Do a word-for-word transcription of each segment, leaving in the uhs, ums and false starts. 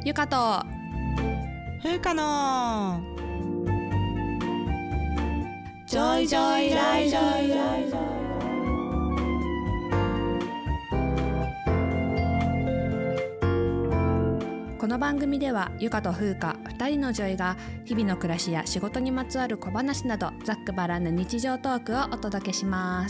ゆかとふうかのジョイジョイライジョイこの番組ではゆかとふうかふたりのジョイが日々の暮らしや仕事にまつわる小話などざっくばらんな日常トークをお届けします。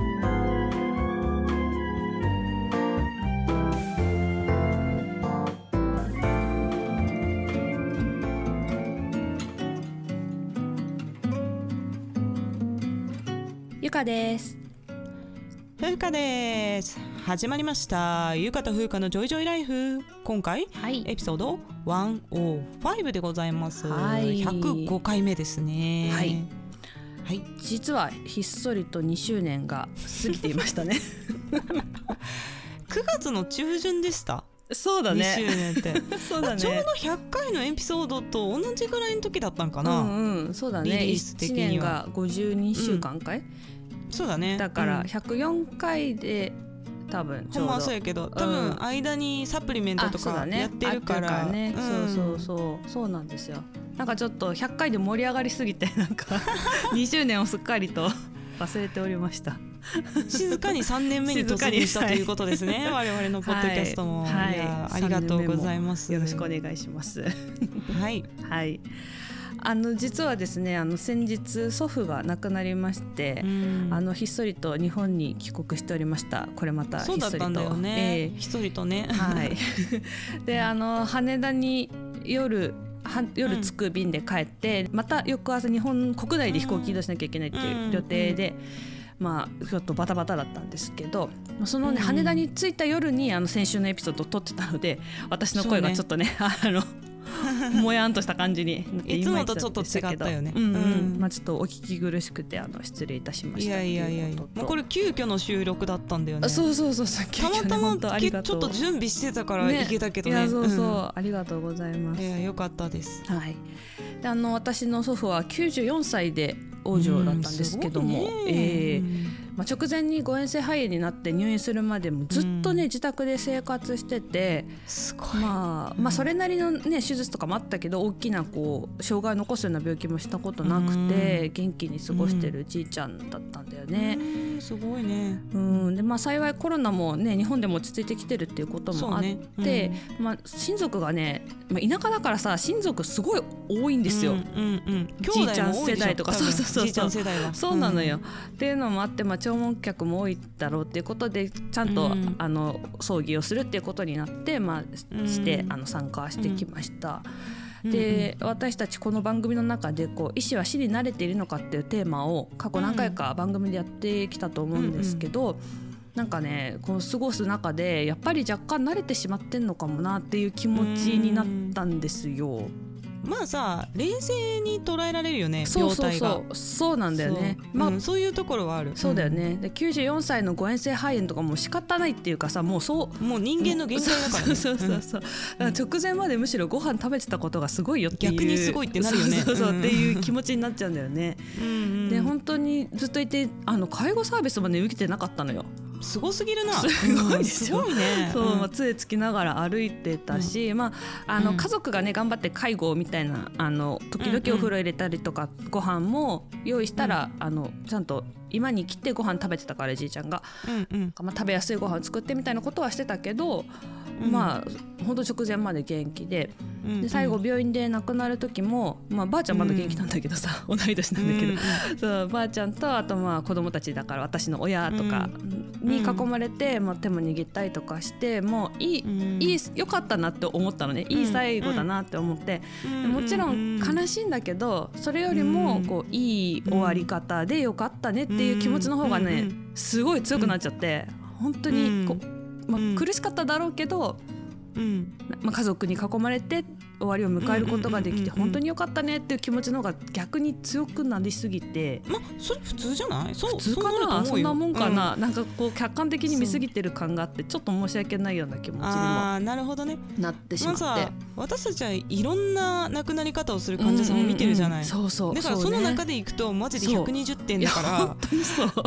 ゆかです。 ふうかです。始まりましたゆかとふうかのジョイジョイライフ。今回、はい、エピソードひゃくごでございます、はい、ひゃくごかいめですね、 はいはい、実はひっそりとにしゅうねんが過ぎていましたねくがつの中旬でした。 そうだね、 にしゅうねんってそうだね、 ちょうどひゃっかいのエピソードと同じぐらいの時だったんかな。 うんうん、そうだね、 リリース的にはいちねんがごじゅうにしゅうかんかい、うん、 そうだね、 だからひゃくよんかいで多分ちょうど、 ほんまはそうやけど多分間にサプリメントとかやってるから、 うん、ね、そうそうそうそうなんですよ。なんかちょっとひゃっかいで盛り上がりすぎてなんかにしゅうねんをすっかりと忘れておりました。 静かにさんねんめに突入したということですね、はい、我々のポッドキャストも、はい、いやありがとうございます。 よろしくお願いしますはい、 はい、あの実はですね、あの先日祖父が亡くなりまして、うん、あのひっそりと日本に帰国しておりました。これまたひっそりと、 そうだったんだよね、えー、ひっそりとね、 はいで、あの羽田に夜夜着く便で帰って、うん、また翌朝日本国内で飛行機移動しなきゃいけないっていう予定で、うんうんうん、まあ、ちょっとバタバタだったんですけど、その、ね、羽田に着いた夜にあの先週のエピソードを撮ってたので、私の声がちょっと ね, ねあのもやんとした感じになっていつもとちょっと違ったよね、 うんうんうん、まあ、ちょっとお聞き苦しくてあの失礼いたしました。 いやいやいやいや、もうこれ急遽の収録だったんだよね。 そうそうそうそう、 たまたまちょっと準備してたから行けたけどね、 いやそうそう、うん、ありがとうございます。 いやよかったです、 はい、であの私の祖父はきゅうじゅうよんさいで往生だったんですけども、うん、えーまあ、直前に誤嚥性肺炎になって入院するまでもずっとね、うん、自宅で生活してて、 すごい、 まあまあ、それなりの、ね、手術とかもあったけど大きなこう障害を残すような病気もしたことなくて、うん、元気に過ごしてるじいちゃんだったんだよね、 うん、すごいね、 うんでまあ、幸いコロナも、ね、日本でも落ち着いてきてるっていうこともあって、ね、うんまあ、親族がね、まあ、田舎だからさ親族すごい多いんですよ、うんうんうん、じいちゃん世代とか、そうそうそうそう、そうなのよ、うん、っていうのもあって、まあ、弔問客も多いだろうっていうことでちゃんと、うん、あの葬儀をするっていうことになって、まあ、して、うん、あの参加してきました、うん、で、うん、私たちこの番組の中でこう医師は死に慣れているのかっていうテーマを過去何回か番組でやってきたと思うんですけど、うんうん、なんかねこう過ごす中でやっぱり若干慣れてしまってんのかもなっていう気持ちになったんですよ。 まあさ冷静に捉えられるよね、 そうそうそう、 病態が。 そうなんだよね、 そう、まあうん、そういうところはある。 そうだよね、できゅうじゅうよんさいの誤嚥性肺炎とかも仕方ないっていうかさ、もうそうもう人間の限界だからね。 そうそうそうそう、だから直前までむしろご飯食べてたことがすごいよっていう、 逆にすごいってなるよね。 そうそうそう、うん、っていう気持ちになっちゃうんだよねうん、うん、で本当にずっといてあの介護サービスもね受けてなかったのよ。 すごすぎるな、 すごいでしょ、うん、すごいね、そう、 うん、 まあ、杖つきながら歩いてたし、うん、まあ、あの家族がね頑張って介護みたいなあの時々お風呂入れたりとか、うんうん、ご飯も用意したら、うん、あのちゃんと今に来てご飯食べてたからじいちゃんが、うんうんまあ、食べやすいご飯を作ってみたいなことはしてたけど、うん、まあ本当直前まで元気で、うんうん、で最後病院で亡くなる時も、まあ、ばあちゃんまだ元気なんだけどさ、うん、同い年なんだけど、うんうん、そうばあちゃんとあとまあ子供たちだから私の親とかに囲まれて、うんまあ、手も握ったりとかしてもういい、うん、いいよかったなって思ったのね、いい最後だなって思って、うん、もちろん悲しいんだけどそれよりもこういい終わり方でよかったねっていう気持ちの方がねすごい強くなっちゃって、本当にこう、まあ、苦しかっただろうけど、うんまあ、家族に囲まれて終わりを迎えることができて本当に良かったねっていう気持ちの方が逆に強くなりすぎて、 まあそれ普通じゃない？そう普通かな、そんなもんかな、うん、なんかこう客観的に見すぎてる感があってちょっと申し訳ないような気持ちにもあなるほどねなってしまって、まあ、さ私たちはいろんな亡くなり方をする患者さんを見てるじゃない、 うんうんうん、そうそうだからその中でいくとマジでひゃくにじゅってんだから、 本当にそう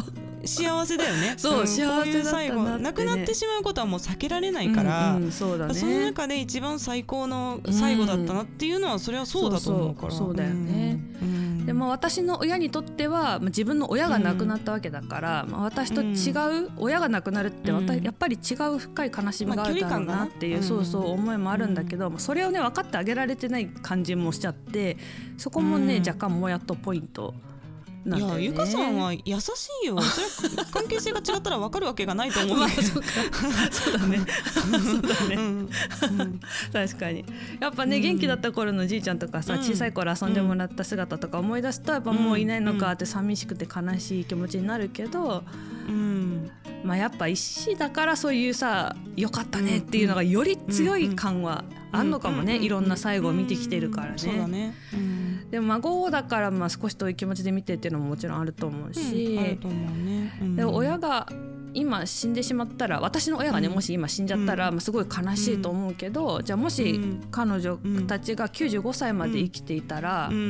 幸せだよねそう、うん、幸せだったなって、ね、 最後亡くなってしまうことはもう避けられないから、 うんうん、そうだね、 その中で一番最高の最後だったなっていうのはそれはそうだと思うから、 そうそう、そうだよね、うんうん、でも私の親にとっては自分の親が亡くなったわけだから、うんまあ、私と違う親が亡くなるって、うん、やっぱり違う深い悲しみがあるだろうなっていう、まあ、そうそう思いもあるんだけど、うん、それをね分かってあげられてない感じもしちゃって、そこもね、うん、若干もやっとポイントなんだよね。 いやゆかさんは優しいよ。それは関係性が違ったら分かるわけがないと思うんだけどそうかそうだねそうだね、うんうん、確かにやっぱね、うん、元気だった頃のじいちゃんとかさ、うん、小さい頃遊んでもらった姿とか思い出すとやっぱもういないのかって寂しくて悲しい気持ちになるけど、うんまあ、やっぱ石だからそういうさよかったねっていうのがより強い感はあんのかもね、いろんな最後を見てきてるからね。 そうだね、うんでも孫だからまあ少し遠い気持ちで見てっていうのももちろんあると思うし、 うん、あると思うね、うん、 で親が今死んでしまったら、私の親がね、うん、もし今死んじゃったら、うんまあ、すごい悲しいと思うけど、うん、じゃあもし彼女たちがきゅうじゅうごさいまで生きていたら、うんうんうん、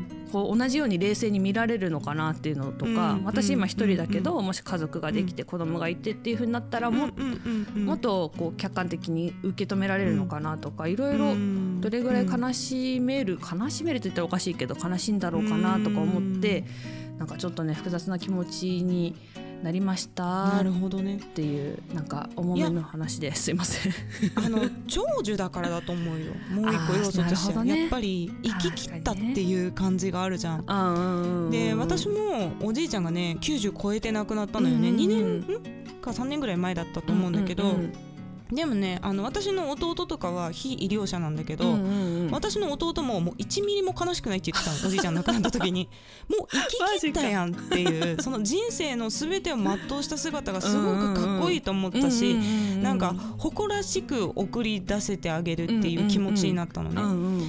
こう同じように冷静に見られるのかなっていうのとか、うん、私今一人だけど、うん、もし家族ができて子供がいてっていう風になったら も,、うんうんうん、もっとこう客観的に受け止められるのかなとか、いろいろどれぐらい悲しめる悲しめるって言ったらおかしいけど悲しいんだろうかなとか思って、なんかちょっとね複雑な気持ちになりましたなるほどねっていう、なんか重めの話ですいませんあの長寿だからだと思うよ。もう一個要素としては、ね、やっぱり生き切ったっていう感じがあるじゃん。あ、うん、で私もおじいちゃんがねきゅうじゅう超えて亡くなったのよね、うんうん、にねんかさんねんぐらい前だったと思うんだけど、うんうんうんでもね、あの私の弟とかは非医療者なんだけど、うんうんうん、私の弟ももういちミリも悲しくないって言ってたのおじいちゃん亡くなった時にもう生き切ったやんっていうその人生の全てを全うした姿がすごくかっこいいと思ったし、うんうんうん、なんか誇らしく送り出せてあげるっていう気持ちになったのね、うんうんうん、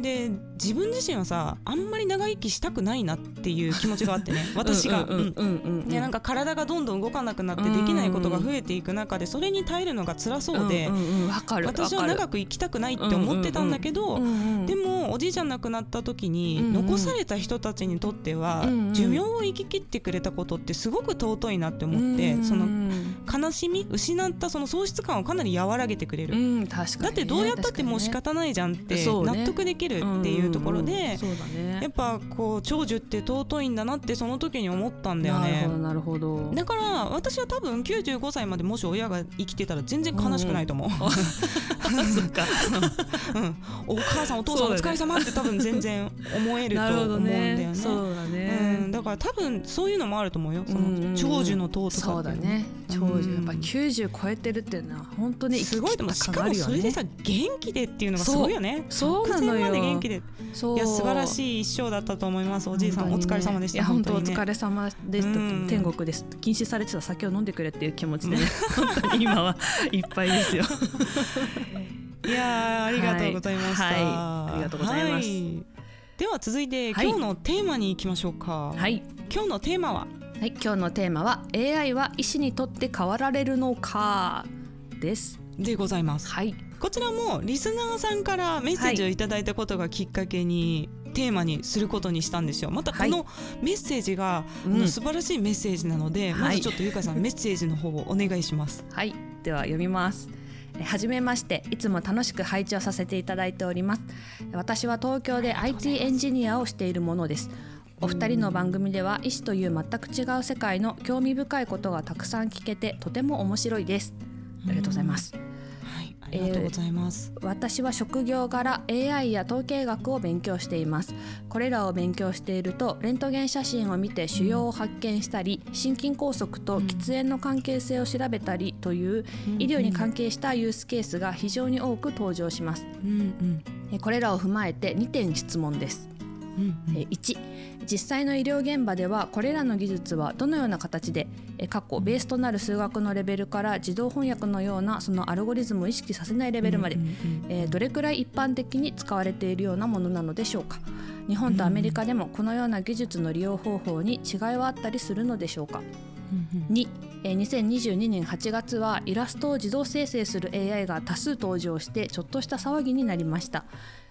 で自分自身はさあんまり長生きしたくないなっていう気持ちがあってね私がでなんか体がどんどん動かなくなってできないことが増えていく中でそれに耐えるのが辛そうで、うんうんうん、わかる私は長く生きたくないって思ってたんだけど、うんうんうん、でもおじいちゃん亡くなった時に、うんうん、残された人たちにとっては、うんうん、寿命を生き切ってくれたことってすごく尊いなって思って、うんうん、その悲しみ失ったその喪失感をかなり和らげてくれる、うん、確かにね、だってどうやったってもう仕方ないじゃんって納得できるっていうところで、うんうんうん、そうだね、やっぱこう長寿って尊いんだなってその時に思ったんだよね。 なるほどなるほど。 だから私は多分きゅうじゅうごさいまでもし親が生きてたら全然悲しくないと思う、うんうんそっか、うん、お母さんお父さんお疲れ様って多分全然思えると思うんだよね。 そうだね、 うん、だから多分そういうのもあると思うよ、その長寿の尊さ。 そうだね、長寿やっぱきゅうじゅう超えてるっていうのは本当にすごいと思う。しかもそれでさ元気でっていうのがすごいよね。 そうなのよ、 まで元気で、そういや素晴らしい一生だったと思います。おじいさん、ね、お疲れ様でした。いや本当お疲れ様でした、うん、天国です。禁止されてた酒を飲んでくれっていう気持ちで、ね、本当に今はいっぱいですよいやありがとうございました、はいはい、 ありがとうございます、はい、 では続いて今日のテーマに行きましょうか、はい、今日のテーマは、 はい、今日のテーマは エーアイ は医師にとって変わられるのかですでございます、はい、こちらもリスナーさんからメッセージをいただいたことがきっかけにテーマにすることにしたんですよ。またこのメッセージが、はい、素晴らしいメッセージなので、うん、まずちょっとゆかさん、はい、メッセージの方をお願いします。 はい、では読みます。はじめまして、いつも楽しく配置をさせていただいております。私は東京で アイティー エンジニアをしているものです。お二人の番組では医師という全く違う世界の興味深いことがたくさん聞けてとても面白いです。ありがとうございます。 ありがとうございます、 えー、私は職業柄 エーアイ や統計学を勉強しています。これらを勉強しているとレントゲン写真を見て腫瘍を発見したり、心筋梗塞と喫煙の関係性を調べたりという医療に関係したユースケースが非常に多く登場します、うんうん、これらを踏まえてにてん質問です。うんうん、いち、実際の医療現場ではこれらの技術はどのような形で過去ベースとなる数学のレベルから自動翻訳のようなそのアルゴリズムを意識させないレベルまで、うんうんうんえー、どれくらい一般的に使われているようなものなのでしょうか。日本とアメリカでもこのような技術の利用方法に違いはあったりするのでしょうか。に、にせんにじゅうにねんはちがつはイラストを自動生成する エーアイ が多数登場してちょっとした騒ぎになりました。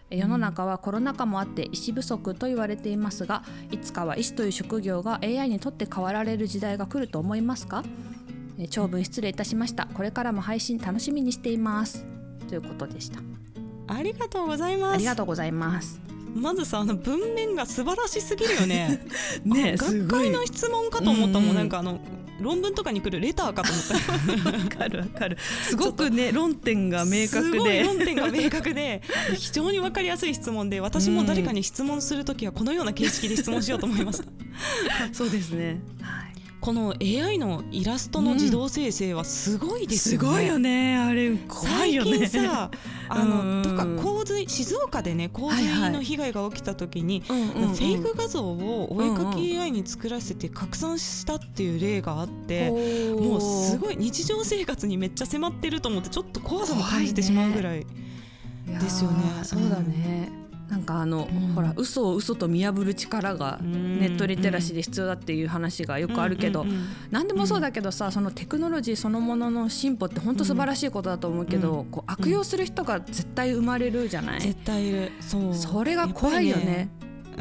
世の中はコロナ禍もあって医師不足と言われていますが、いつかは医師という職業が エーアイ にとって変わられる時代が来ると思いますか？長文失礼いたしました。これからも配信楽しみにしています、ということでした。 ありがとうございます。 ありがとうございます。 まずさ、あの文面が素晴らしすぎるよね。 ね、 学会の質問かと思ったもん、うん、なんかあの論文とかに来るレターかと思った。 わかるわかる。すごくね論点が明確で、すごい論点が明確で非常に分かりやすい質問で、私も誰かに質問するときはこのような形式で質問しようと思いました。 そうですね、はい、 この エーアイ のイラストの自動生成はすごいですよね、 うん、すごいよね。あれ怖いよね。 最近さ、あのとか洪水、静岡でね洪水の被害が起きた時に、はいはい、フェイク画像をお絵かき エーアイ に作らせて拡散したっていう例があって、うんうん、もうすごい日常生活にめっちゃ迫ってると思って、ちょっと怖さも感じてしまうぐらいですよね。 そうだね、なんかあの、うん、ほら嘘を嘘と見破る力がネットリテラシーで必要だっていう話がよくあるけど、うんうんうん、何でもそうだけどさ、そのテクノロジーそのものの進歩って本当素晴らしいことだと思うけど、うん、こう悪用する人が絶対生まれるじゃない、 絶対いる。そう、 それが怖いよね。 うん、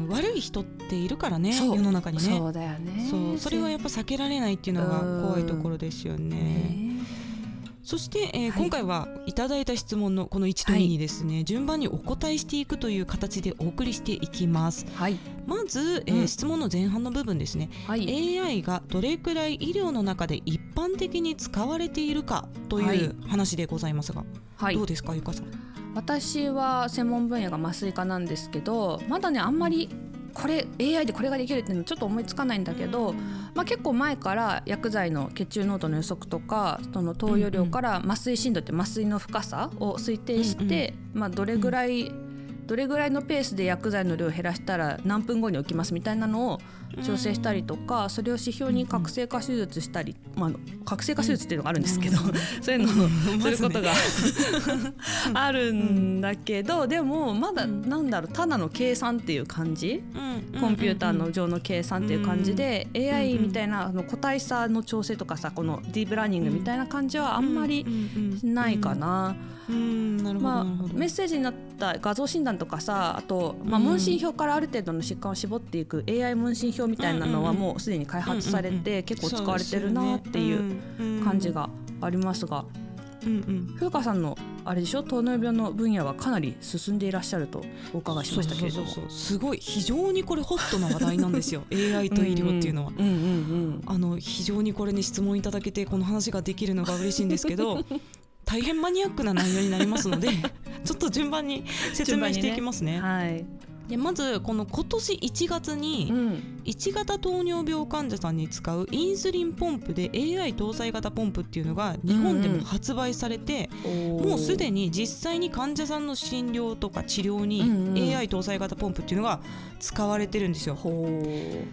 悪い人っているからね、世の中にね。 そうだよね。 そう、それはやっぱ避けられないっていうのが怖いところですよね。そして、えーはい、今回はいただいた質問のこのいちとににですね、はい、順番にお答えしていくという形でお送りしていきます、はい、まず、えーうん、質問の前半の部分ですね、はい、エーアイ がどれくらい医療の中で一般的に使われているかという話でございますが、はい、どうですか、ゆかさん。 私は専門分野が麻酔科なんですけど、まだねあんまりこれ エーアイ でこれができるっていうのちょっと思いつかないんだけど、まあ、結構前から薬剤の血中濃度の予測とか、その投与量から麻酔深度って麻酔の深さを推定して、まあ、どれぐらいどれぐらいのペースで薬剤の量を減らしたら何分後に起きますみたいなのを調整したりとか、それを指標に覚醒化手術したり、まあ、覚醒化手術っていうのがあるんですけど、そういうのをすることがあるんだけど、でもまだなんだろう、ただの計算っていう感じ、コンピューターの上の計算っていう感じで、エーアイ みたいなあの個体差の調整とかさ、このディープラーニングみたいな感じはあんまりないかな。 うんなるほど、 まあ、メッセージになった画像診断とかさ、あと、まあ、問診票からある程度の疾患を絞っていく エーアイ 問診票みたいなのはもうすでに開発されて結構使われてるなっていう感じがありますが、風花さんのあれでしょ、糖尿病の分野はかなり進んでいらっしゃるとお伺いしましたけれども、 そうそうそうそう、すごい非常にこれホットな話題なんですよ。エーアイ と医療っていうのは、あの非常にこれに質問いただけてこの話ができるのが嬉しいんですけど大変マニアックな内容になりますのでちょっと順番に説明していきますね。 ね、はい、 でまずこの今年いちがつにいち型糖尿病患者さんに使うインスリンポンプで エーアイ 搭載型ポンプっていうのが日本でも発売されて、うんうん、もうすでに実際に患者さんの診療とか治療に エーアイ 搭載型ポンプっていうのが使われてるんですよ、うんうん、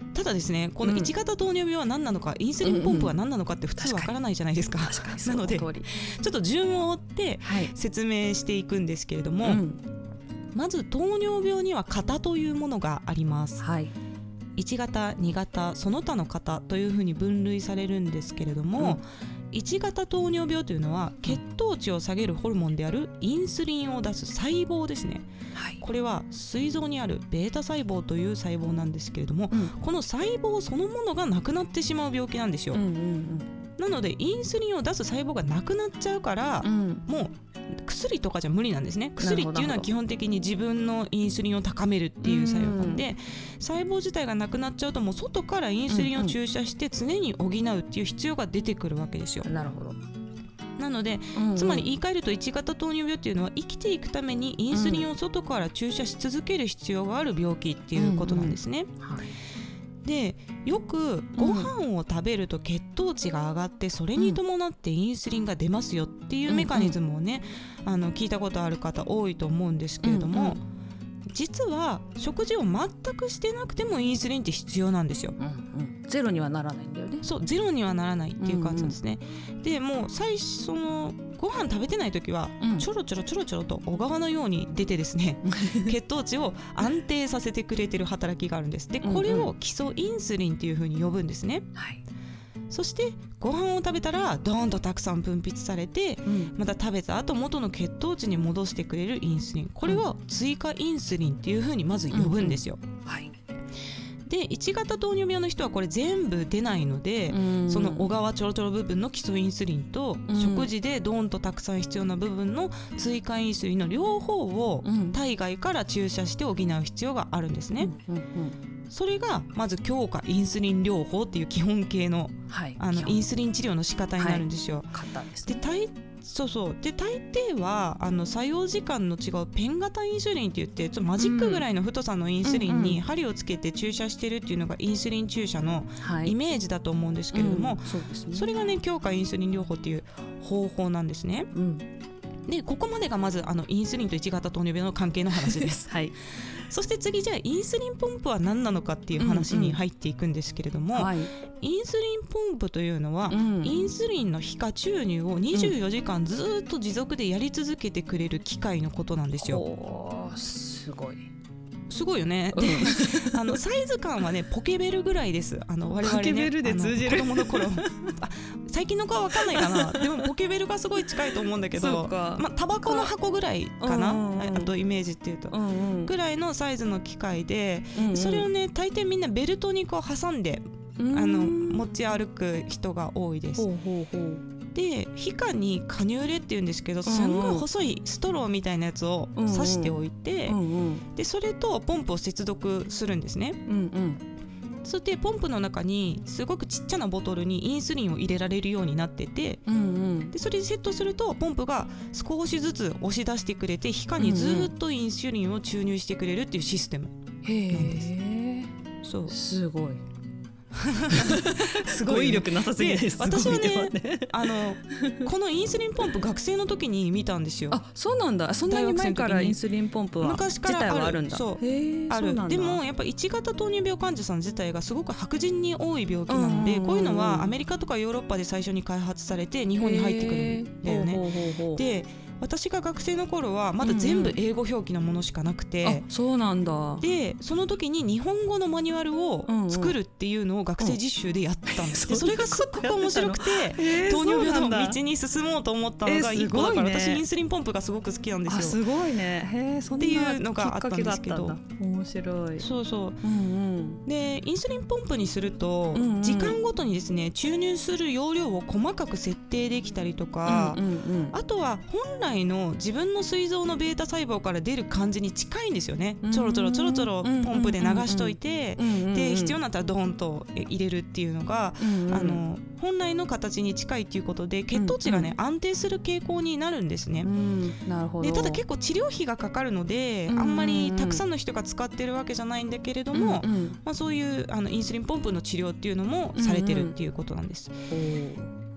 ただですね、このいち型糖尿病は何なのか、インスリンポンプは何なのかって普通わからないじゃないですか、うんうん、なのでちょっと順を追って説明していくんですけれども、はい、うん、まず糖尿病には型というものがあります、はい、いち型、に型、その他の型というふうに分類されるんですけれども、うん、いち型糖尿病というのは血糖値を下げるホルモンであるインスリンを出す細胞ですね、はい、これは膵臓にあるベータ細胞という細胞なんですけれども、うん、この細胞そのものがなくなってしまう病気なんですよ、うんうんうん、なのでインスリンを出す細胞がなくなっちゃうから、うん、もう薬とかじゃ無理なんですね。薬っていうのは基本的に自分のインスリンを高めるっていう作用なんで、細胞自体がなくなっちゃうともう外からインスリンを注射して常に補うっていう必要が出てくるわけですよ。 なるほど。 なので、うんうん、つまり言い換えるといち型糖尿病っていうのは生きていくためにインスリンを外から注射し続ける必要がある病気っていうことなんですね、うんうん、はい。でよくご飯を食べると血糖値が上がってそれに伴ってインスリンが出ますよっていうメカニズムをね、うんうん、あの聞いたことある方多いと思うんですけれども、うんうん、実は食事を全くしてなくてもインスリンって必要なんですよ、うんうん、 ゼロにはならないんだよね。 そう、ゼロにはならないっていう感じなんですね、うんうん、でもう最初のご飯食べてない時はちょろちょろちょろちょろと小川のように出てですね、うん、血糖値を安定させてくれてる働きがあるんです。でこれを基礎インスリンっていう風に呼ぶんですね、はい。 そしてご飯を食べたらドーンとたくさん分泌されて、うん、また食べた後元の血糖値に戻してくれるインスリン、これは追加インスリンっていう風にまず呼ぶんですよ、うんうん、はい。でいち型糖尿病の人はこれ全部出ないので、うん、その小川ちょろちょろ部分の基礎インスリンと、うん、食事でドーンとたくさん必要な部分の追加インスリンの両方を体外から注射して補う必要があるんですね、うんうんうん、それがまず強化インスリン療法っていう基本形 の,、はい、あのインスリン治療の仕方になるんですよ、はい、ですね。で大そうそうで大抵はあの作用時間の違うペン型インスリンって言ってちょっとマジックぐらいの太さのインスリンに針をつけて注射してるっていうのがインスリン注射のイメージだと思うんですけれども、はい、うん、そうですね、それがね強化インスリン療法っていう方法なんですね、うん、でここまでがまずあのインスリンといち型糖尿病の関係の話です、はい、そして次じゃあインスリンポンプは何なのかっていう話に入っていくんですけれども、うんうん、はい、インスリンポンプというのは、うん、インスリンの皮下注入をにじゅうよじかんずっと持続でやり続けてくれる機械のことなんですよ、 うん、すごいすごいよね、であのサイズ感はねポケベルぐらいです。あの我々ねポケベルで通じる子供の頃あ最近の子は分かんないかなでもポケベルがすごい近いと思うんだけど、まあ、タバコの箱ぐらいかな、うんうん、あとイメージっていうと、うんうん、ぐらいのサイズの機械で、うんうん、それをね大抵みんなベルトにこう挟んで、うん、あの持ち歩く人が多いです。ほうほうほう。で皮下にカニューレっていうんですけど、すんごい細いストローみたいなやつを刺しておいて、うんうん、でそれとポンプを接続するんですね、うんうん、そしてポンプの中にすごくちっちゃなボトルにインスリンを入れられるようになってて、うんうん、でそれでセットするとポンプが少しずつ押し出してくれて皮下にずっとインスリンを注入してくれるっていうシステムなんです。へー、そうすごいすごい語彙力なさすぎです。 私は ね, ねあのこのインスリンポンプ学生の時に見たんですよ。 あ、そうなんだ。そんなに前からインスリンポンプは昔から自体はあるんだ。 そうへある。でもやっぱいち型糖尿病患者さん自体がすごく白人に多い病気なので、こういうのはアメリカとかヨーロッパで最初に開発されて日本に入ってくるんだよね。ほうほうほうほう。で私が学生の頃はまだ全部英語表記のものしかなくて、うんうん、あ、そうなんだ。でその時に日本語のマニュアルを作るっていうのを学生実習でやったんです、うんうん、でそれがすっごく面白くて、えー、糖尿病の道に進もうと思ったのがいっこだから、えーね、私インスリンポンプがすごく好きなんですよ。あ、すごいね。へー、そんなっていうのがあったんですけど、 面白い。 そうそう、うんうん、でインスリンポンプにすると、うんうん、時間ごとにですね注入する容量を細かく設定できたりとか、うんうんうん、あとは本来の自分の膵臓のベータ細胞から出る感じに近いんですよね。ちょろちょろちょろちょろポンプで流しといて、で必要になったらドーンと入れるっていうのが、うんうん、あの本来の形に近いっていうことで血糖値がね、うんうん、安定する傾向になるんですね、うん、なるほど。でただ結構治療費がかかるので、うんうんうん、あんまりたくさんの人が使ってるわけじゃないんだけれども、うんうん、まあ、そういうあのインスリンポンプの治療っていうのもされてるっていうことなんです、うんうん。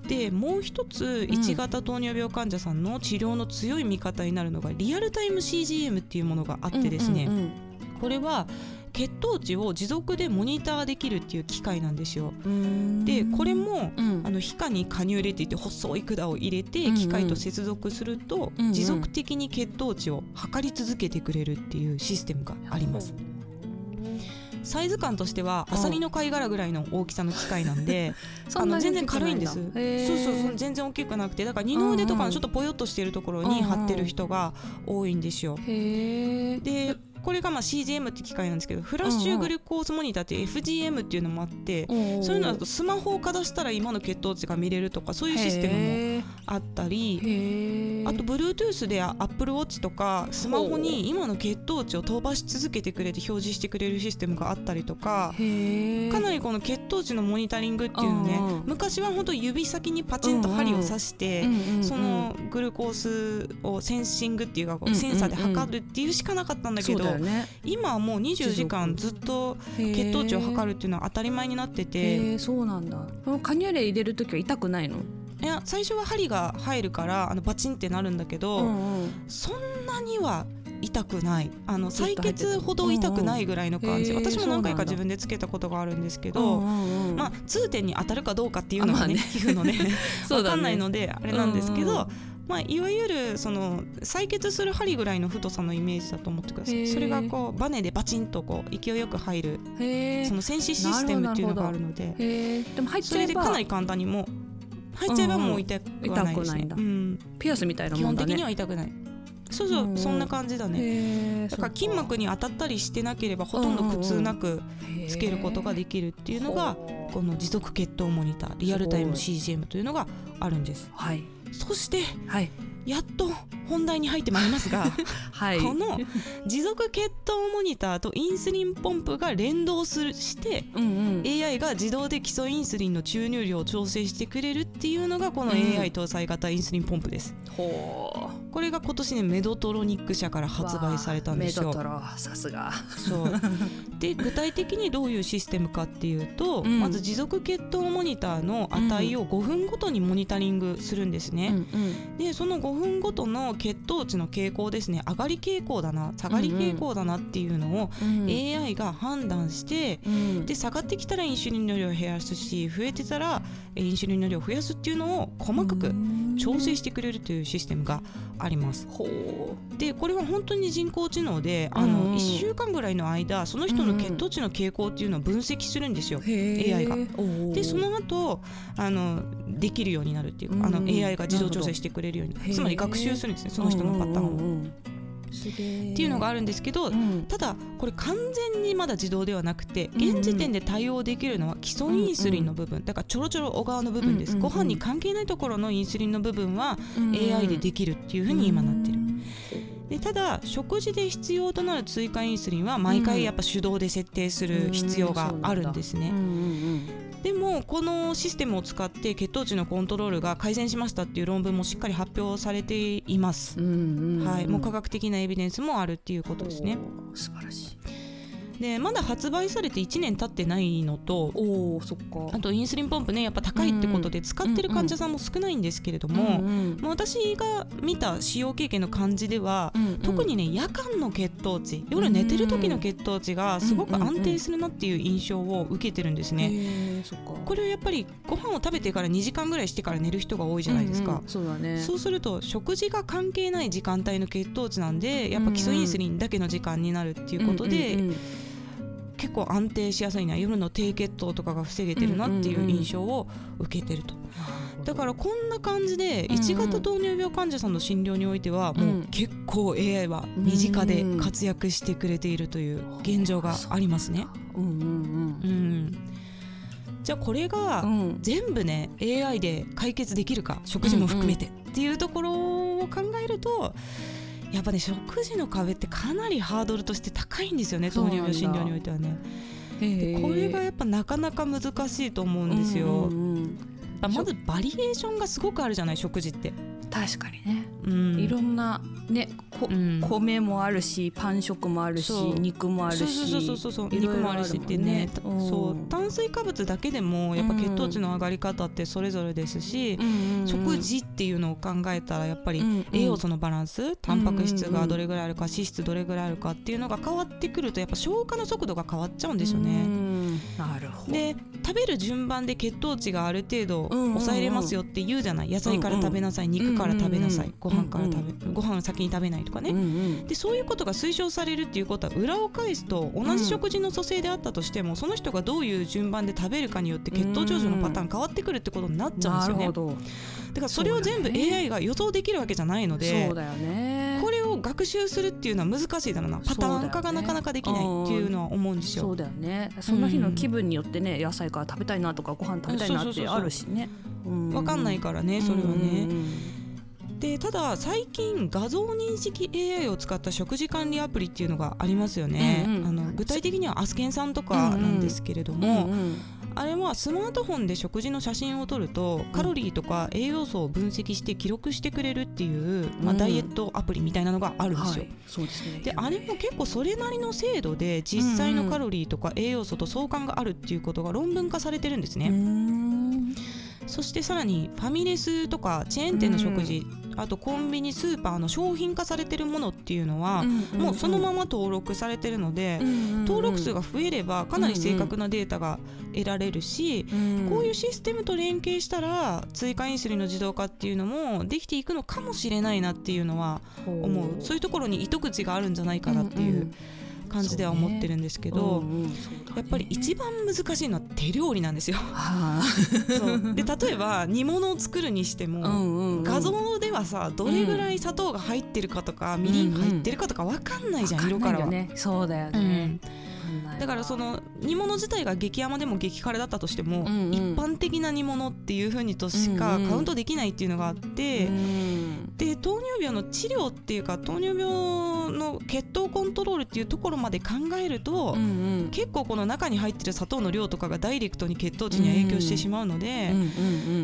でもう一ついち型糖尿病患者さんの治療の強い味方になるのがリアルタイム シージーエム っていうものがあってですね、うんうんうん、これは血糖値を持続でモニターできるっていう機械なんですよ。でこれも、うん、あの皮下にカニューレっていって細い管を入れて機械と接続すると、うんうん、持続的に血糖値を測り続けてくれるっていうシステムがあります。サイズ感としてはアサリの貝殻ぐらいの大きさの機械なんであの全然軽いんです。そうそうそう、全然大きくなくて、だから二の腕とかのちょっとポヨっとしてるところに貼ってる人が多いんですよ。へー。でこれがまあ シージーエム って機械なんですけど、フラッシュグルコースモニターって エフジーエム っていうのもあって、うんうん、そういうのだとスマホをかざしたら今の血糖値が見れるとか、そういうシステムもあったり、あと Bluetooth で Apple Watch とかスマホに今の血糖値を飛ばし続けてくれて表示してくれるシステムがあったりとか、かなりこの血糖値のモニタリングっていうのね、うんうん、昔は本当指先にパチンと針を刺して、うんうん、そのグルコースをセンシングっていうかこうセンサーで測るっていうしかなかったんだけど、ね、今はもうにじゅうじかんずっと血糖値を測るっていうのは当たり前になってて。 へー、そうなんだ。このカニューレ入れるときは痛くないの？ いや、最初は針が入るからあのバチンってなるんだけど、うんうん、そんなには痛くない。あの採血ほど痛くないぐらいの感じ、うんうん、私も何回か自分でつけたことがあるんですけど、うんうん、まあ痛点に当たるかどうかっていうのはね、まあね皮膚のね分かんないのであれなんですけど、うんうん、 まあ、いわゆるその採血する針ぐらいの太さのイメージだと思ってください。それがこうバネでバチンとこう勢いよく入るその栓刺システムっていうのがあるので、 へでも入っちゃえばそれでかなり簡単にもう入っちゃえばもう痛くはないですね、 うんうん、ピアスみたいなもんだね。 基本的には痛くない。そうそう、うん、そんな感じだね。だから筋膜に当たったりしてなければほとんど苦痛なくつけることができるっていうのがこの持続血糖モニターリアルタイム シージーエム というのがあるんです。 はい、 そして、 はい、 やっと本題に入ってまいりますが、 はい、 この持続血糖モニターとインスリンポンプが連動するして、うんうん、エーアイ が自動で基礎インスリンの注入量を調整してくれるっていうのがこの エーアイ 搭載型インスリンポンプです、うん、ほうこれが今年ねメドトロニック社から発売されたんですよ。 メドトロさすがそうで具体的にどういうシステムかっていうと、うん、まず持続血糖モニターの値をごふんごとにモニタリングするんですね、うんうん、でそのごふんごとの血糖値の傾向ですね、上がり傾向だな下がり傾向だなっていうのを エーアイ が判断して、うん、で下がってきたらインシュリンの量を減らすし増えてたらインシュリンの量を増やすっていうのを細かく調整してくれるというシステムがあります。でこれは本当に人工知能であのいっしゅうかんぐらいの間その人の血糖値の傾向っていうのを分析するんですよ、エーアイ が。でその後あのできるようになるっていうかあの エーアイ が自動調整してくれるようにつまり学習するんですね、その人のパターンを。っていうのがあるんですけど、うん、ただこれ完全にまだ自動ではなくて現時点で対応できるのは基礎インスリンの部分だからちょろちょろ小川の部分です、うんうんうん、ご飯に関係ないところのインスリンの部分は エーアイ でできるっていうふうに今なってる。でただ食事で必要となる追加インスリンは毎回やっぱ手動で設定する必要があるんですね。でもこのシステムを使って血糖値のコントロールが改善しましたっていう論文もしっかり発表されています、うんうんうん、はい、もう科学的なエビデンスもあるっていうことですね。 素晴らしい。 でまだ発売されていちねん経ってないのとおそっかあとインスリンポンプねやっぱ高いってことで使ってる患者さんも少ないんですけれども、うんうんまあ、私が見た使用経験の感じでは、うんうん、特にね夜間の血糖値夜寝てる時の血糖値がすごく安定するなっていう印象を受けてるんですね、うんうんうん、そっかこれはやっぱりご飯を食べてからにじかんぐらいしてから寝る人が多いじゃないですか、うんうん、 そうだね、 そうすると食事が関係ない時間帯の血糖値なんでやっぱ基礎インスリンだけの時間になるっていうことで、うんうんうん結構安定しやすいな夜の低血糖とかが防げてるなっていう印象を受けてると、うんうんうん、だからこんな感じでいち型糖尿病患者さんの診療においてはもう結構 エーアイ は身近で活躍してくれているという現状がありますね、うんうんうんうん、じゃあこれが全部ね エーアイ で解決できるか食事も含めてっていうところを考えるとやっぱね食事の壁ってかなりハードルとして高いんですよね糖尿病診療においてはね。でこれがやっぱなかなか難しいと思うんですよ、うんうんうん、まずバリエーションがすごくあるじゃない食事って。 確かにね、うん、いろんなねこ、うん、米もあるしパン食もあるし肉もあるしそうそうそうそう肉もあるしってね、うん、そう炭水化物だけでもやっぱ血糖値の上がり方ってそれぞれですし、うん、食事っていうのを考えたらやっぱり栄養素のバランス、うん、タンパク質がどれぐらいあるか脂質どれぐらいあるかっていうのが変わってくるとやっぱ消化の速度が変わっちゃうんですよね、うん、 なるほど。 で食べる順番で血糖値がある程度抑えれますよって言うじゃない、野菜から食べなさい、肉から食べなさい、ご飯から食べ、ご飯を先に食べないとかね、うんうん、でそういうことが推奨されるっていうことは裏を返すと同じ食事の組成であったとしても、うん、その人がどういう順番で食べるかによって血糖上昇のパターン変わってくるってことになっちゃうんですよね。なるほど。だからそれを全部 エーアイ が予想できるわけじゃないので、 そうだよね、 これを学習するっていうのは難しいだろうな、パターン化がなかなかできないっていうのは思うんですよ。 そうだよね。その日の気分によってね、野菜から食べたいなとかご飯食べたいなってあるしね、 分かんないからねそれはね。でただ最近画像認識 エーアイ を使った食事管理アプリっていうのがありますよね、うんうん、あの具体的にはアスケンさんとかなんですけれども、うんうん、あれはスマートフォンで食事の写真を撮るとカロリーとか栄養素を分析して記録してくれるっていう、まあ、ダイエットアプリみたいなのがあるんですよ、はい、そうですね。であれも結構それなりの精度で実際のカロリーとか栄養素と相関があるっていうことが論文化されてるんですね。うんそしてさらにファミレスとかチェーン店の食事、 あとコンビニスーパーの商品化されてるものっていうのは、うんうんうん、もうそのまま登録されてるので、うんうんうん、登録数が増えればかなり正確なデータが得られるし、うんうん、こういうシステムと連携したら追加インスリンの自動化っていうのもできていくのかもしれないなっていうのは思う。そういうところに糸口があるんじゃないかなっていう感じでは思ってるんですけど、うんうんね、やっぱり一番難しいのは手料理なんですよ。そうで例えば煮物を作るにしても、うんうんうん、画像ではさどれぐらい砂糖が入ってるかとか、うん、みりん入ってるかとか分かんないじゃん、うんうん、色からは。 ね、そうだよね、 うん、だからその煮物自体が激甘でも激辛だったとしても、うんうん、一般的な煮物っていう風にとしかカウントできないっていうのがあって、うんうん、で糖尿病の治療っていうか糖尿病の血糖コントロールっていうところまで考えると、うんうん、結構この中に入ってる砂糖の量とかがダイレクトに血糖値には影響してしまうので、うんうんうん、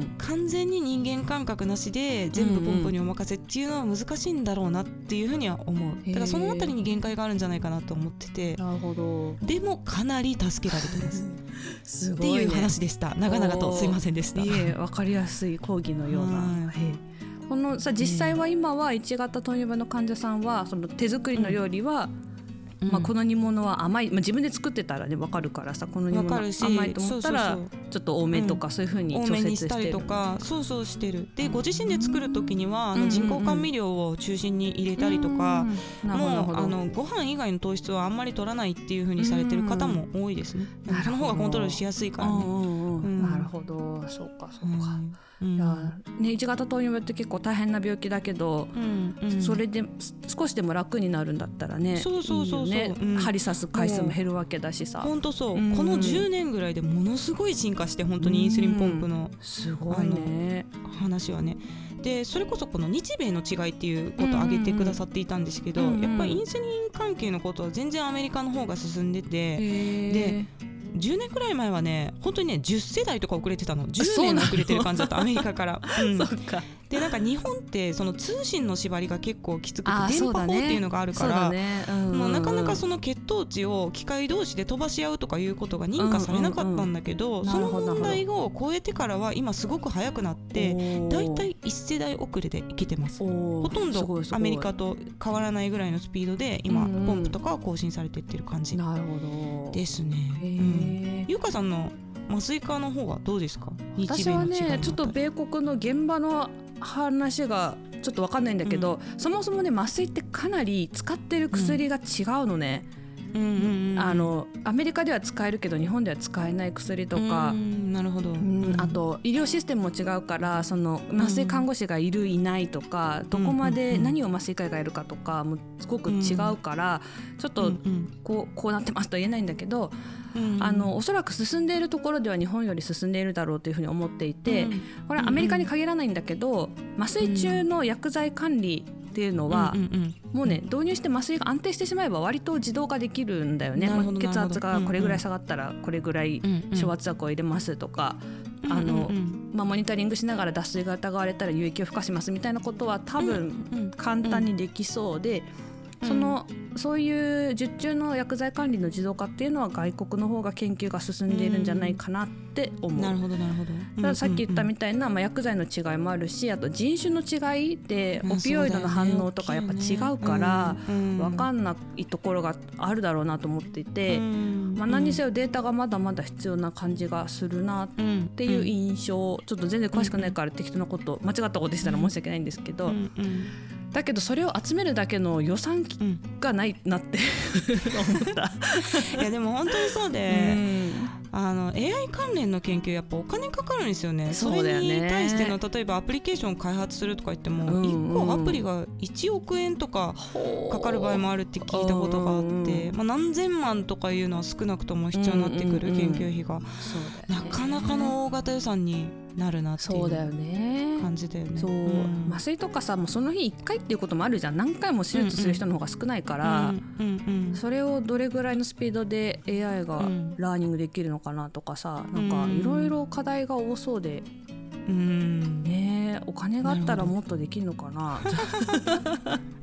完全に人間感覚なしで全部ポンプにお任せっていうのは難しいんだろうなっていうふうには思う。だからそのあたりに限界があるんじゃないかなと思ってて、 なるほど。 でもかなり助けられてますすごい、ね、 っていう話でした。長々とすいませんでした。 いえ、分かりやすい講義のような。このさ実際は今はいち型糖尿病の患者さんはその手作りの料理は、うんまあ、この煮物は甘い、まあ、自分で作ってたらね分かるからさ、この煮物は甘いと思ったらちょっと多めとかそういう風に調節してる、 多めにしたりとか、そうそうしてる。でご自身で作る時にはあの人工甘味料を中心に入れたりとか、もうあのご飯以外の糖質はあんまり取らないっていう風にされてる方も多いですね。その方がコントロールしやすいからね。 うん、なるほど、そうかそうか、うん、いやね、いち型糖尿病って結構大変な病気だけど、うんうん、それで少しでも楽になるんだったらね、 そうそうそうそう、 いいよね、うん、針刺す回数も減るわけだしさ。 本当そう、うん、このじゅうねんぐらいでものすごい進化して本当にインスリンポンプの、 うん、すごいね話はね。でそれこそこの日米の違いっていうことを挙げてくださっていたんですけど、うんうんうん、やっぱりインスリン関係のことは全然アメリカの方が進んでて、でじゅうねんくらい前はね本当にねじゅっせだいとか遅れてたの。じゅうねん遅れてる感じだったアメリカから、うん、 そうか。 でなんか日本ってその通信の縛りが結構きつくて電波法っていうのがあるから、ねうんうん、もうなかなかその血糖値を機械同士で飛ばし合うとかいうことが認可されなかったんだけど、うんうんうん、その問題を超えてからは今すごく早くなってだいたいいち世代遅れでいけてます。ほとんどアメリカと変わらないぐらいのスピードで今ポンプとかは更新されていってる感じですね。うん、ゆうかさんの麻酔科の方はどうですか？ 私はねちょっと米国の現場の話がちょっと分かんないんだけど、うん、そもそもね麻酔ってかなり使ってる薬が違うのね、うんうんうん、あのアメリカでは使えるけど日本では使えない薬とか、 うん、なるほど、うん、あと医療システムも違うからその麻酔看護師がいるいないとか、うん、どこまで何を麻酔科医がやるかとかもすごく違うから、うん、ちょっとこう、こうなってますとは言えないんだけど、うん、あのおそらく進んでいるところでは日本より進んでいるだろうというふうに思っていて、うん、これはアメリカに限らないんだけど麻酔中の薬剤管理っていうのは、うんうんうん、もうね導入して麻酔が安定してしまえば割と自動化できるんだよね。血圧がこれぐらい下がったらこれぐらい昇圧薬を入れますとか、うんうん、あのまあ、モニタリングしながら脱水が疑われたら輸液を孵化しますみたいなことは多分簡単にできそうで、そのそういう受注の薬剤管理の自動化っていうのは外国の方が研究が進んでいるんじゃないかなって思う。 なるほどなるほど。 たださっき言ったみたいな、まあ、薬剤の違いもあるし、あと人種の違いでオピオイドの反応とかやっぱ違うから分かんないところがあるだろうなと思っていて、まあ、何にせよデータがまだまだ必要な感じがするなっていう印象。ちょっと全然詳しくないから適当なこと間違ったことでしたら申し訳ないんですけど、だけどそれを集めるだけの予算がないなって思ったいやでも本当にそうで、うん、あの エーアイ 関連の研究やっぱお金かかるんですよね。それに対しての例えばアプリケーションを開発するとか言ってもいっこアプリがいちおくえんとかかかる場合もあるって聞いたことがあって、まあ、何千万とかいうのは少なくとも必要になってくる研究費がなかなかの大型予算になるなっていう感じだよね。 そう、うん、麻酔とかさもうその日いっかいっていうこともあるじゃん。何回も手術する人の方が少ないから、うんうんうん、それをどれぐらいのスピードで エーアイ がラーニングできるのかなとかさ、なんかいろいろ課題が多そうで、うん、ね、お金があったらもっとできるのかなっ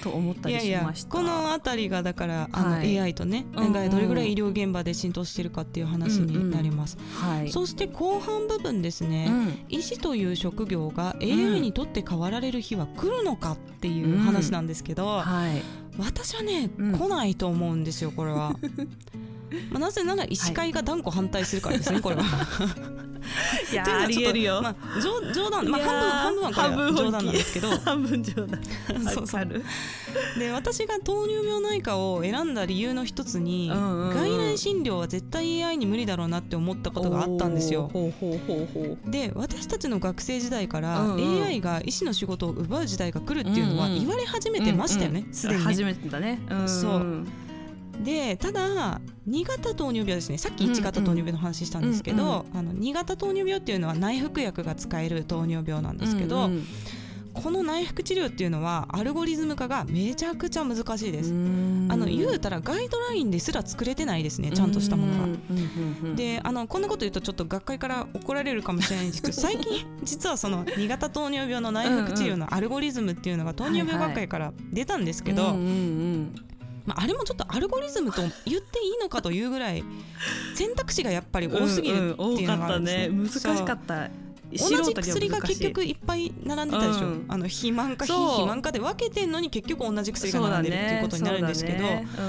と思ったりしました。いやいやこのあたりがだからあの エーアイ とね、はい、どれぐらい医療現場で浸透してるかっていう話になります、うんうんはい、そして後半部分ですね、うん、医師という職業が エーアイ にとって変わられる日は来るのかっていう話なんですけど、うんはい、私はね、うん、来ないと思うんですよこれはまあ、なぜなら医師会が断固反対するからですね、はい、これはいやありえるよ、 まあ、冗談、まあ、半分半分はこれ冗談なんですけど半分冗談そうそうで私が糖尿病内科を選んだ理由の一つに、うんうん、外来診療は絶対 エーアイ に無理だろうなって思ったことがあったんですよ。ほうほうほうほうで私たちの学生時代から、うんうん、エーアイ が医師の仕事を奪う時代が来るっていうのは言われ始めてましたよね、すで、うんうん、に初めてだね、うんうん、そうでただに型糖尿病ですね、さっきいち型糖尿病の話したんですけど、うんうん、あのに型糖尿病っていうのは内服薬が使える糖尿病なんですけど、うんうん、この内服治療っていうのはアルゴリズム化がめちゃくちゃ難しいです。あの言うたらガイドラインですら作れてないですね、ちゃんとしたものが、うんうん、であのこんなこと言うとちょっと学会から怒られるかもしれないんですけど最近実はそのに型糖尿病の内服治療のアルゴリズムっていうのが糖尿病学会から出たんですけど、はいはいうんうんうんまあ、あれもちょっとアルゴリズムと言っていいのかというぐらい選択肢がやっぱり多すぎるっていうのがあるんですね、 うんうん、多かったね、難しかった。 同じ薬が結局いっぱい並んでたでしょ、うん、あの肥満か非肥満かで分けてんのに結局同じ薬が並んでるっていうことになるんですけど、ねうん、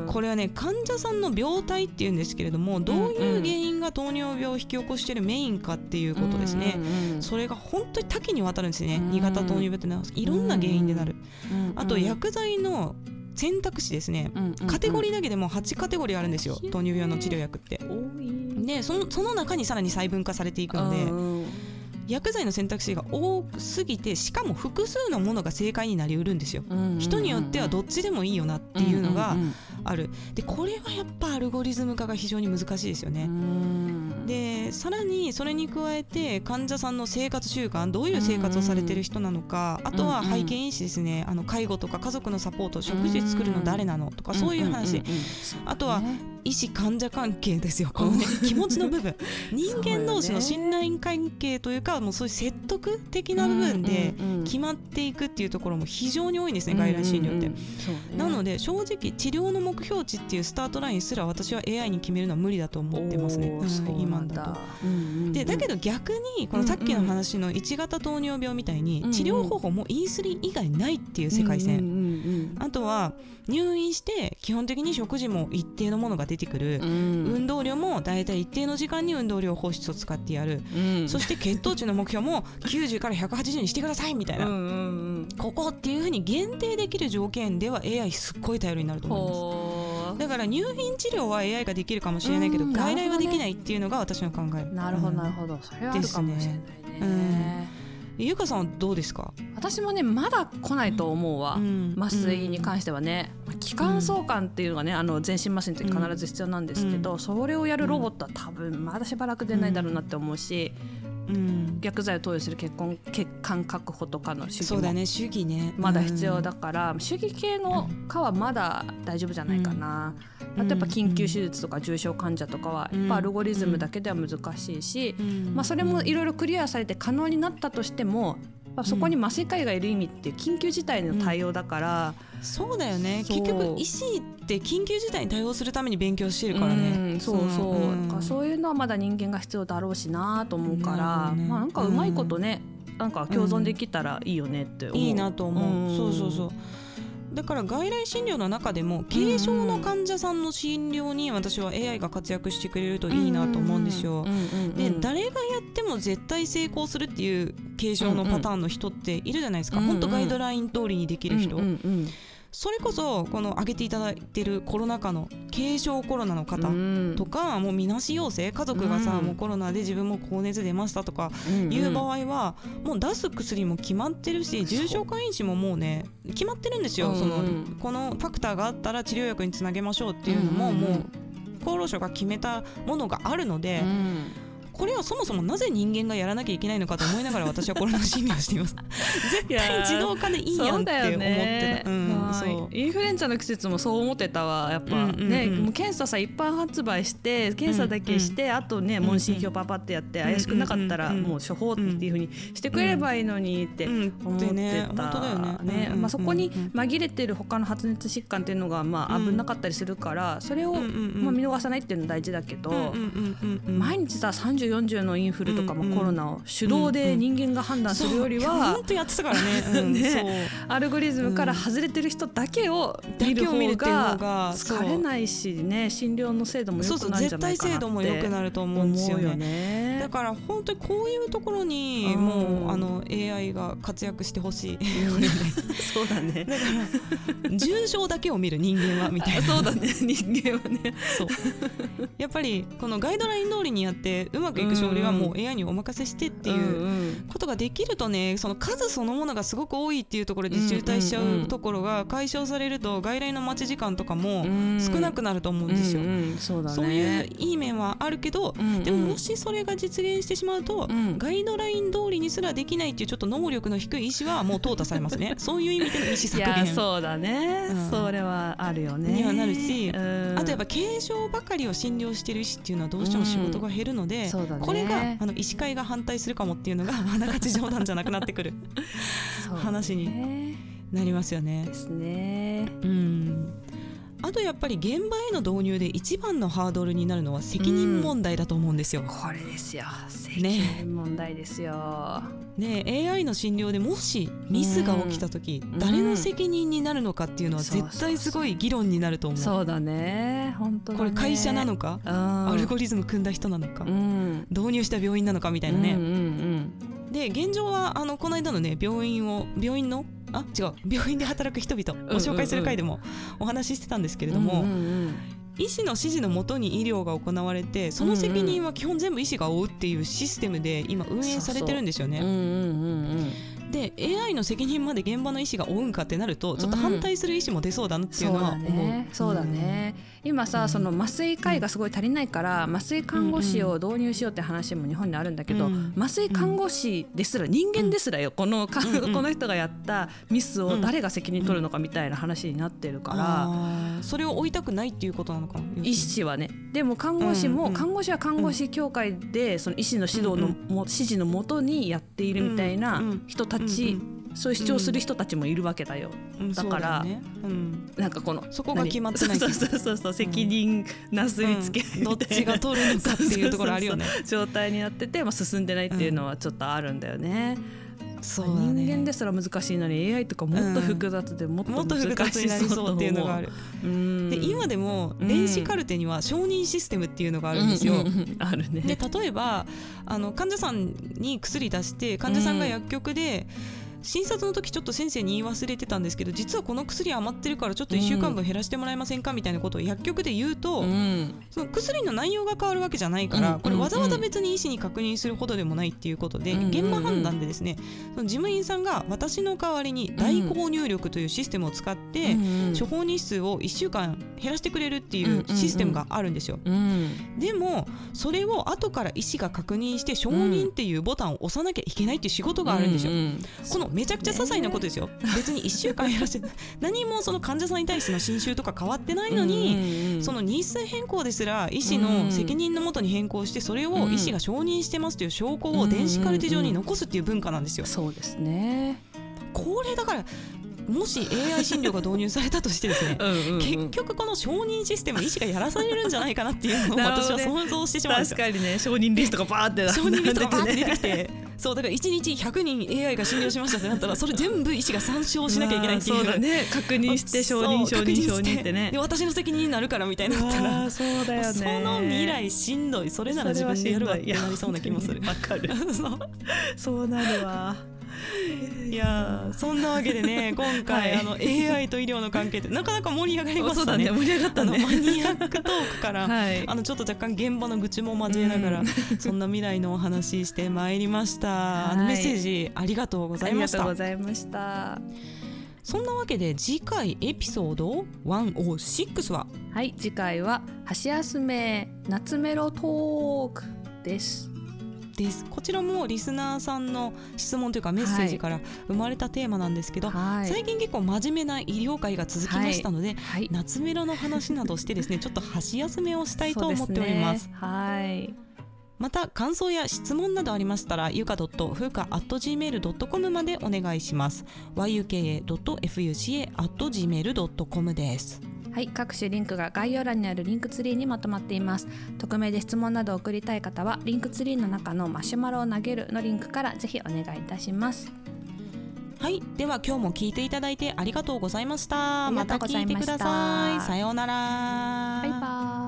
これはね患者さんの病態っていうんですけれども、どういう原因が糖尿病を引き起こしているメインかっていうことですね、うんうん、それが本当に多岐にわたるんですね、うん、に型糖尿病ってのはいろんな原因でなる、うんうん、あと薬剤の選択肢ですね、うんうんうん、カテゴリーだけでもはちカテゴリーあるんですよ、糖尿病の治療薬って。で その、その中にさらに細分化されていくので薬剤の選択肢が多すぎて、しかも複数のものが正解になりうるんですよ、うんうんうん、人によってはどっちでもいいよなっていうのがある、うんうんうん、でこれはやっぱアルゴリズム化が非常に難しいですよね。でさらにそれに加えて患者さんの生活習慣、どういう生活をされてる人なのか、あとは背景因子ですね、あの介護とか家族のサポート、食事作るの誰なのとかそういう話、あとは医師患者関係ですよ、このね気持ちの部分人間同士の信頼関係というか、もうそういう説得的な部分で決まっていくっていうところも非常に多いんですね、外来診療って、うんうんうん、なので正直治療の目標値っていうスタートラインすら私は エーアイ に決めるのは無理だと思ってますね、うん、今だと、うんうんうん、でだけど逆にこのさっきの話のいち型糖尿病みたいに治療方法もインスリン以外ないっていう世界線、うんうんうん、あとは入院して基本的に食事も一定のものが出てくる、うん、運動量もだいたい一定の時間に運動量放出を使ってやる、うん、そして血糖値の目標もきゅうじゅうからひゃくはちじゅうにしてくださいみたいな、うんうんうん、ここっていう風に限定できる条件では エーアイ すっごい頼りになると思います。だから入院治療は エーアイ ができるかもしれないけど、外来はできないっていうのが私の考え。 なるほどなるほど、それはあるかもしれないね。 うん、ゆかさんはどうですか？ 私もねまだ来ないと思うわ、うん、麻酔に関してはね、うん、気管相関っていうのがね、あの全身麻酔の時必ず必要なんですけど、うん、それをやるロボットは多分まだしばらく出ないだろうなって思うし、うん、薬剤を投与する血管、血管確保とかの手技もそうだね、手技ねまだ必要だから、うん、手技系の科はまだ大丈夫じゃないかな、うん、あとやっぱ緊急手術とか重症患者とかはやっぱアルゴリズムだけでは難しいし、うんまあ、それもいろいろクリアされて可能になったとしても、そこに麻酔科医がいる意味って緊急事態の対応だから、 うん、そうだよね、結局医師って緊急事態に対応するために勉強してるからね、 うん、そうそう、うん、だからそういうのはまだ人間が必要だろうしなと思うから、ね、まあ、なんかうまいことね、うん、なんか共存できたらいいよねって思う、 いいなと思う、うん、そうそうそう。だから外来診療の中でも軽症の患者さんの診療に私は エーアイ が活躍してくれるといいなと思うんですよ。で誰がやっても絶対成功するっていう軽症のパターンの人っているじゃないですか、うんうん、本当ガイドライン通りにできる人、うんうんうん、それこそこの挙げていただいてるコロナ禍の軽症コロナの方とか、うん、もうみなし陽性、家族がさ、うん、もうコロナで自分も高熱出ましたとかいう場合は、うんうん、もう出す薬も決まってるし、重症化因子ももうね決まってるんですよ、うんうん、そのこのファクターがあったら治療薬につなげましょうっていうのも、うんうん、もう厚労省が決めたものがあるので、うん、 これはそもそもなぜ人間がやらなきゃいけないのかと思いながら私はコロナ診療しています絶対自動化でいいやんって思ってた、うん、そうインフルエンザの季節もそう思ってたわやっぱ、うんうんうん、ねもう検査さ一般発売して検査だけして、うんうん、あとね問診票パパってやって、うんうん、怪しくなかったらもう処方っていう風にしてくれればいいのにって思ってた、うんうんね本当だよねね、うんうんまあ、そこに紛れてる他の発熱疾患っていうのがまあ危なかったりするから、うん、それをまあ見逃さないっていうの大事だけど、うんうんうんうん、毎日ささんじゅう、よんじゅうのインフルとかもコロナを手動で人間が判断するよりは本当やってたからね、うんね、そうアルゴリズムから外れてる人だけを見る方が疲れないしね診療の精度も良くなるんじゃないかなって思うよね。 そうそう絶対精度も良くなると思うんですよね。だから本当にこういうところにもうあの エーアイ が活躍してほしい、うん、 そうだね。 だから重症だけを見る人間はみたいなそうだね人間はねそうやっぱりこのガイドライン通りにやってうまくいく勝利はもう エーアイ にお任せしてっていうことができるとねその数そのものがすごく多いっていうところで渋滞しちゃうところが解消されると外来の待ち時間とかも少なくなると思うんですよ、うんうんそうだね、そういういい面はあるけど、うんうん、でももしそれが実現してしまうと、うん、ガイドライン通りにすらできないっていうちょっと能力の低い医師はもう淘汰されますねそういう意味での医師削減いやそうだね、うん、それはあるよねにはなるし、うん、あとやっぱ軽症ばかりを診療している医師っていうのはどうしても仕事が減るので、うんそうだね、これがあの医師会が反対するかもっていうのがあながち冗談じゃなくなってくる話になりますよね。 ですね。 うん。あとやっぱり現場への導入で一番のハードルになるのは責任問題だと思うんですよ、 うん、これですよ責任問題ですよ、 ね、エーアイ の診療でもしミスが起きた時、うん、誰の責任になるのかっていうのは絶対すごい議論になると思う。 そうだね本当だね。 これ会社なのか、うん、アルゴリズム組んだ人なのか、うん、導入した病院なのかみたいなね、うんうんうん、で現状はあのこの間のね病院を病院のあ違う病院で働く人々を紹介する回でもお話ししてたんですけれども、うんうんうん、医師の指示のもとに医療が行われてその責任は基本全部医師が負うっていうシステムで今運営されてるんですよね。そうそう、うんうんうんうんで エーアイ の責任まで現場の医師が負うんかってなるとちょっと反対する医師も出そうだなっていうのは思う、うん、そうだね、 そうだね、うん、今さその麻酔科医がすごい足りないから麻酔看護師を導入しようって話も日本にあるんだけど、うん、麻酔看護師ですら人間ですらよこの、うん、この人がやったミスを誰が責任取るのかみたいな話になってるから、 うん、それを追いたくないっていうことなのかな医師はね。でも看護師も、うんうん、看護師は看護師協会でその医師の指導の、うんうん、指示のもとにやっているみたいな人たち、うんうんうんそういう主張する人たちもいるわけだよ、うん、だから、ねうん、なんかこのそこが決まってないそうそうそうそう責任なすりつけ、 うん、どっちが取るのかっていうところあるよね状態になってて、まあ、進んでないっていうのはちょっとあるんだよね、うん、そうだね。人間ですら難しいのに エーアイ とかもっと複雑でもっと難しそうっていうのがある、うん、 で今でも電子カルテには承認システムっていうのがあるんですよ、うんうんうん、 あるね。 で例えばあの患者さんに薬出して患者さんが薬局で、うん診察の時ちょっと先生に言い忘れてたんですけど実はこの薬余ってるからちょっといっしゅうかんぶん減らしてもらえませんかみたいなことを薬局で言うと、うん、その薬の内容が変わるわけじゃないから、うん、これわざわざ別に医師に確認するほどでもないっていうことで、うん、現場判断でですねその事務員さんが私の代わりに代行入力というシステムを使って、うん、処方日数をいっしゅうかん減らしてくれるっていうシステムがあるんですよ、うん、でもそれを後から医師が確認して承認っていうボタンを押さなきゃいけないっていう仕事があるんですよ、うんうん、このめちゃくちゃ些細なことですよ。別にいっしゅうかん減らして何もその患者さんに対しての診習とか変わってないのにその日数変更ですら医師の責任のもとに変更してそれを医師が承認してますという証拠を電子カルテ上に残すっていう文化なんですよ。 そうですね。 これだからもし エーアイ 診療が導入されたとしてですねうんうん、うん、結局この承認システム医師がやらされるんじゃないかなっていうのを私は想像してしまうんですよ。 確かにね承認リストがバーって承認リストがバーって出てきてそうだからいちにちひゃくにん エーアイ が診療しましたってなったらそれ全部医師が参照しなきゃいけないっていう、 そうだね確認して承認承認承認ってねで私の責任になるからみたいになったらそうだよね。 その未来しんどい。それなら自分でやるわってなりそうな気もする。 わかるそうそうなるわ。 いやそんなわけでね今回、はい、あの エーアイ と医療の関係ってなかなか盛り上がりましたね。そうだね盛り上がったね。 あのマニアックトークから、はい、あのちょっと若干現場の愚痴も交えながら、うん、そんな未来のお話してまいりました、はい、あのメッセージありがとうございました。 ありがとうございました。 そんなわけで次回エピソードひゃくろくははい次回は箸休め夏メロトークです。 です。こちらもリスナーさんの質問というかメッセージから生まれたテーマなんですけど、はい、最近結構真面目な医療界が続きましたので、はいはい、夏メロの話などしてですねちょっと箸休めをしたいと思っております。 そうですね、はい。 また感想や質問などありましたらゆか .ふうか アット ジーメール ドット コム までお願いします。 ワイユーケーエー ドット エフユーシーエー アット ジーメール ドット コム です。 はい、各種リンクが概要欄にあるリンクツリーにまとまっています。匿名で質問などを送りたい方はリンクツリーの中のマシュマロを投げるのリンクからぜひお願いいたします。 はい、では今日も聞いていただいてありがとうございました。また聞いてください。さようなら。 バイバイ。